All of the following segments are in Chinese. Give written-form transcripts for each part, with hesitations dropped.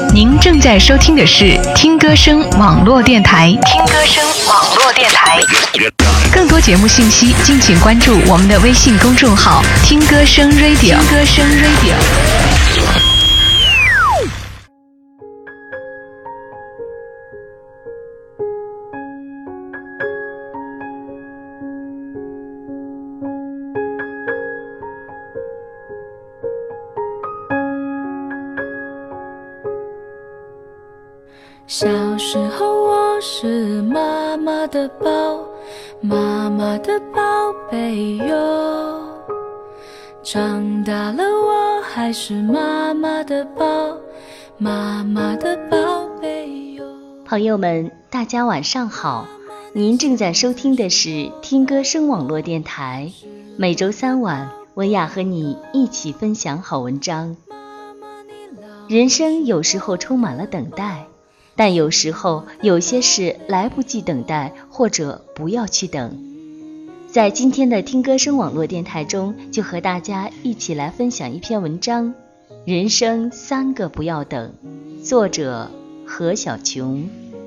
您正在收听的是听歌声网络电台。听歌声网络电台，更多节目信息，敬请关注我们的微信公众号“听歌声 Radio”。听歌声 Radio。 小时候我是妈妈的宝，妈妈的宝贝哟。长大了我还是妈妈的宝，妈妈的宝贝哟。 朋友们，大家晚上好，您正在收听的是听歌声网络电台，每周3晚，文雅和你一起分享好文章。人生有时候充满了等待，但有时候有些事来不及等待，或者不要去等。在今天的听歌声网络电台中，就和大家一起来分享一篇文章，人生3个不要等，作者何小琼。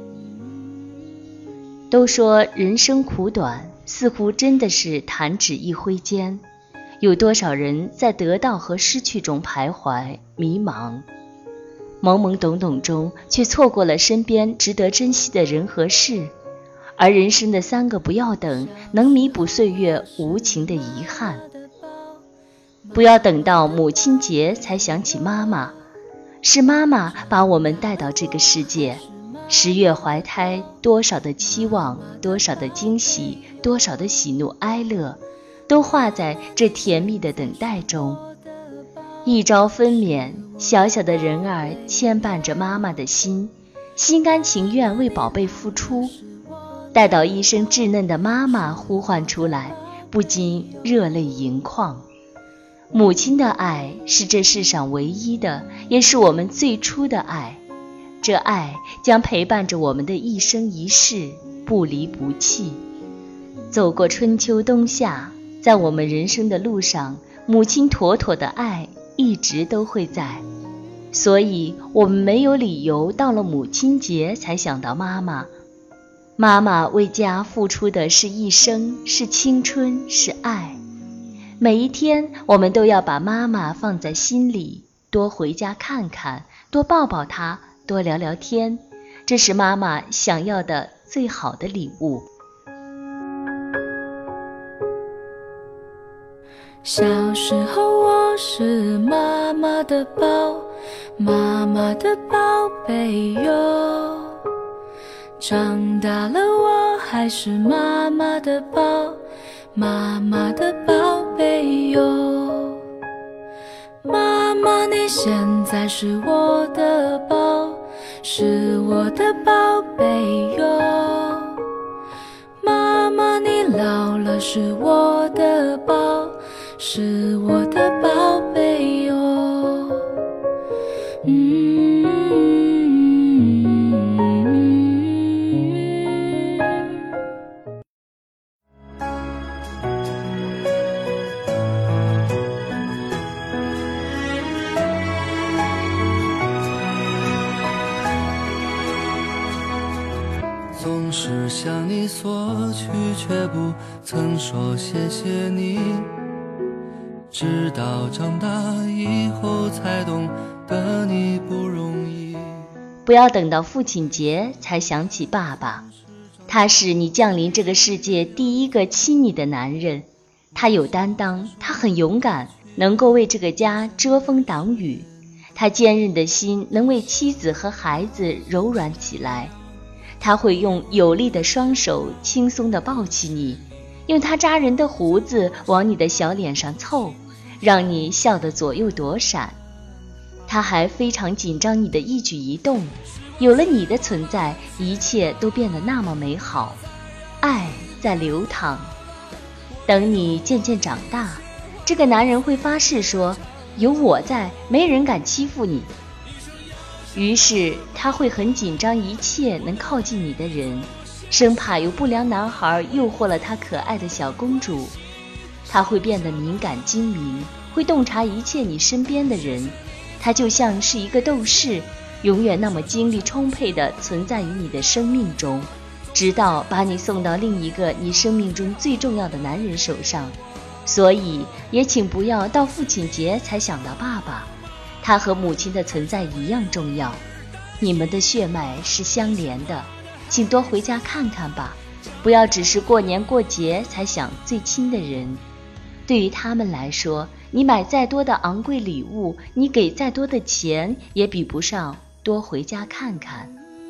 都说人生苦短，似乎真的是弹指一挥间，有多少人在得到和失去中徘徊迷茫，懵懵懂懂中却错过了身边值得珍惜的人和事，而人生的3个不要等，能弥补岁月无情的遗憾。不要等到母亲节才想起妈妈，是妈妈把我们带到这个世界，10月怀胎，多少的期望，多少的惊喜，多少的喜怒哀乐，都化在这甜蜜的等待中。一朝分娩，小小的人儿牵绊着妈妈的心，心甘情愿为宝贝付出。待到一声稚嫩的妈妈呼唤出来，不禁热泪盈眶。母亲的爱是这世上唯一的，也是我们最初的爱。这爱将陪伴着我们的一生一世，不离不弃。走过春秋冬夏，在我们人生的路上，母亲妥妥的爱一直都会在，所以我们没有理由到了母亲节才想到妈妈。妈妈为家付出的是一生，是青春，是爱。每一天我们都要把妈妈放在心里，多回家看看，多抱抱她，多聊聊天，这是妈妈想要的最好的礼物。 小时候我是妈妈的宝，妈妈的宝贝哟。长大了我还是妈妈的宝，妈妈的宝贝哟。妈妈你现在是我的宝，是我的宝贝哟。妈妈你老了是我的宝，是我的宝贝哟。 总是向你索取，却不曾说谢谢你，直到长大以后才懂得你不容易。 不要等到父亲节才想起爸爸，他是你降临这个世界第一个亲你的男人，他有担当，他很勇敢，能够为这个家遮风挡雨，他坚韧的心能为妻子和孩子柔软起来，他会用有力的双手轻松地抱起你，用他扎人的胡子往你的小脸上凑，让你笑得左右躲闪。他还非常紧张你的一举一动，有了你的存在，一切都变得那么美好，爱在流淌。等你渐渐长大，这个男人会发誓说，有我在，没人敢欺负你。于是他会很紧张一切能靠近你的人，生怕有不良男孩诱惑了他可爱的小公主。他会变得敏感精明，会洞察一切你身边的人。他就像是一个斗士， 永远那么精力充沛地存在于你的生命中，直到把你送到另一个你生命中最重要的男人手上。所以也请不要到父亲节才想到爸爸，他和母亲的存在一样重要，你们的血脉是相连的，请多回家看看吧，不要只是过年过节才想最亲的人。对于他们来说，你买再多的昂贵礼物，你给再多的钱，也比不上多回家看看。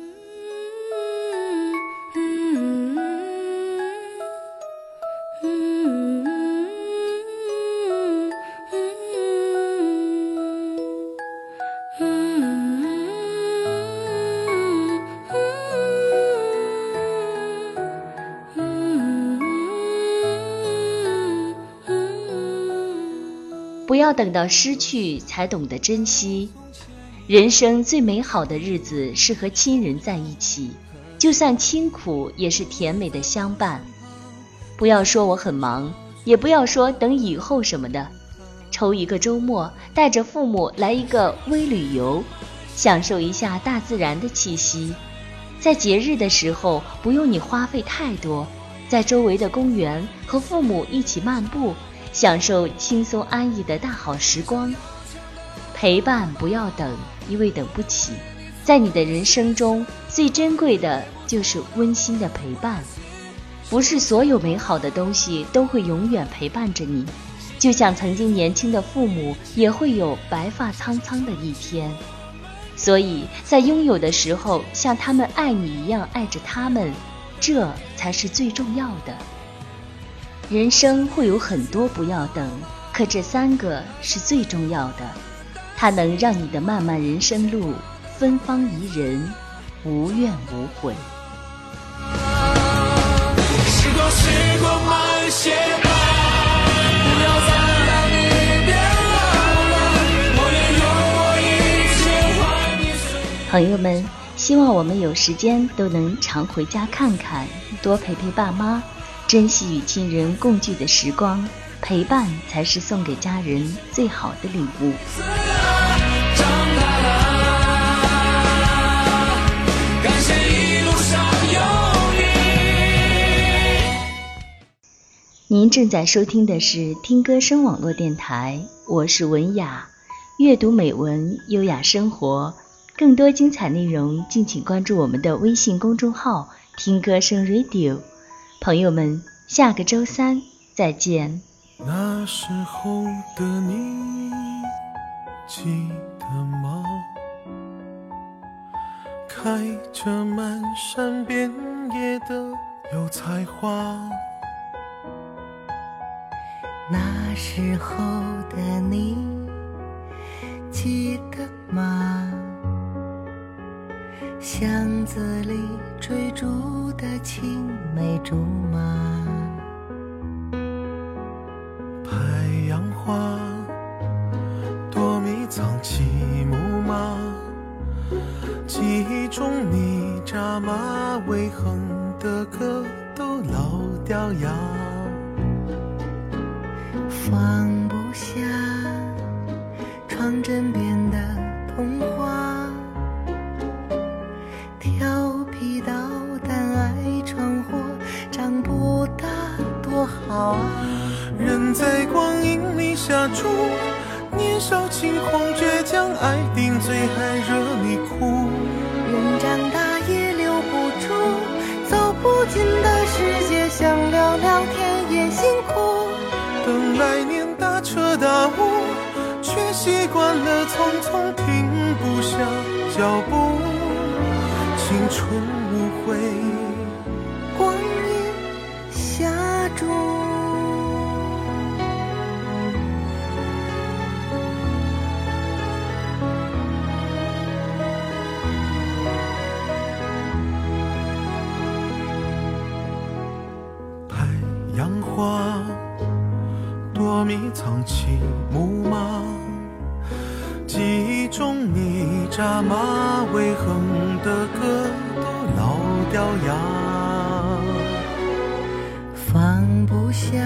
不要等到失去才懂得珍惜，人生最美好的日子是和亲人在一起，就算清苦也是甜美的相伴。不要说我很忙，也不要说等以后什么的，抽一个周末，带着父母来一个微旅游，享受一下大自然的气息。在节日的时候，不用你花费太多，在周围的公园和父母一起漫步，享受轻松安逸的大好时光。陪伴不要等，因为等不起。在你的人生中，最珍贵的就是温馨的陪伴。不是所有美好的东西都会永远陪伴着你，就像曾经年轻的父母也会有白发苍苍的一天。所以在拥有的时候，像他们爱你一样爱着他们，这才是最重要的。人生会有很多不要等，可这3个是最重要的，它能让你的漫漫人生路芬芳宜人，无怨无悔。 时光慢些吧，不要再让你变老了，我愿用我一切换你岁。 朋友们，希望我们有时间都能常回家看看，多陪陪爸妈，珍惜与亲人共聚的时光，陪伴才是送给家人最好的礼物。 长大了，感谢一路上有你。 您正在收听的是听歌声网络电台，我是文雅，阅读美文，优雅生活。更多精彩内容，敬请关注我们的微信公众号听歌声 Radio。朋友们，下个周3再见。 那时候的你记得吗？开着满山遍野的油菜花。 那时候的你记得吗？巷子里追逐的青梅竹马， 拍杨花，躲迷藏起木马，记忆中你扎马尾横的歌都老掉牙， 放不下床枕边的童话，调皮捣蛋爱闯祸，长不大多好啊。 人在光阴里下注，年少轻狂倔强，爱顶嘴还惹你哭。 人长大也留不住，走不进的世界，想聊聊天也辛苦。 等来年大彻大悟，却习惯了匆匆停不下脚步。青春无悔， 光阴下注。 拍杨花，躲迷藏起木马，记忆中你扎马尾横的歌都老掉牙， 放不下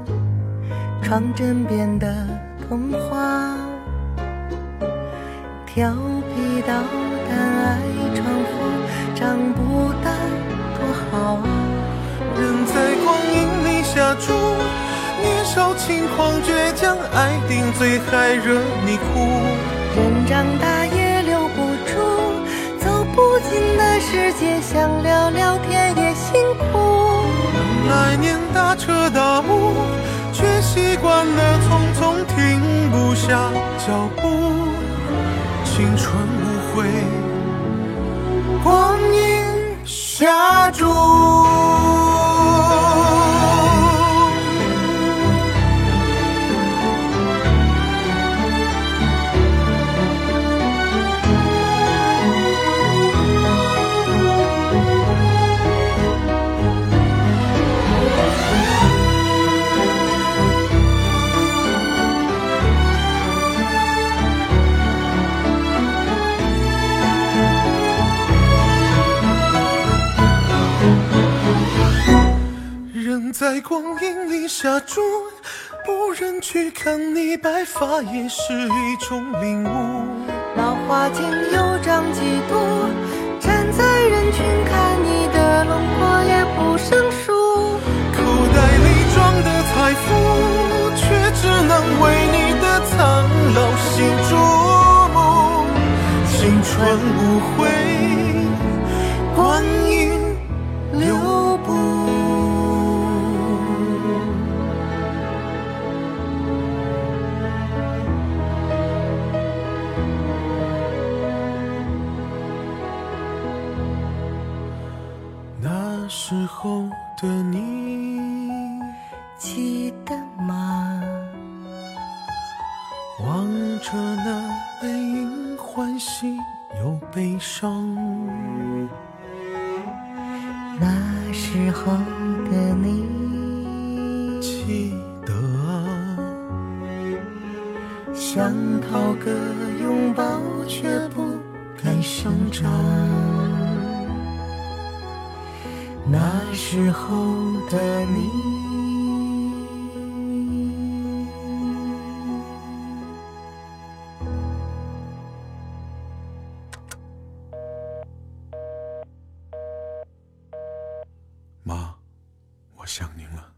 床枕边的童话， 调皮捣蛋爱闯祸，长不大多好啊。 人在光阴里下注，年少轻狂倔强，爱顶嘴还惹你哭。 人长大也留不住，走不进的世界，想聊聊天也辛苦。 来年大彻大悟，却习惯了匆匆停不下脚步。青春无悔，光阴下注。人在光阴里下注，不忍去看你白发也是一种领悟。 老花镜又长几度，站在人群看你的轮廓也不生疏。 口袋里装的财富，却只能为你的苍老心注目。青春无悔，光阴留步。那时候的你， 记得吗？ 望着那背影，欢喜又悲伤。 那时候的你， 记得啊， 想讨个拥抱，却不敢声张。那时候的你。 妈，我想您了。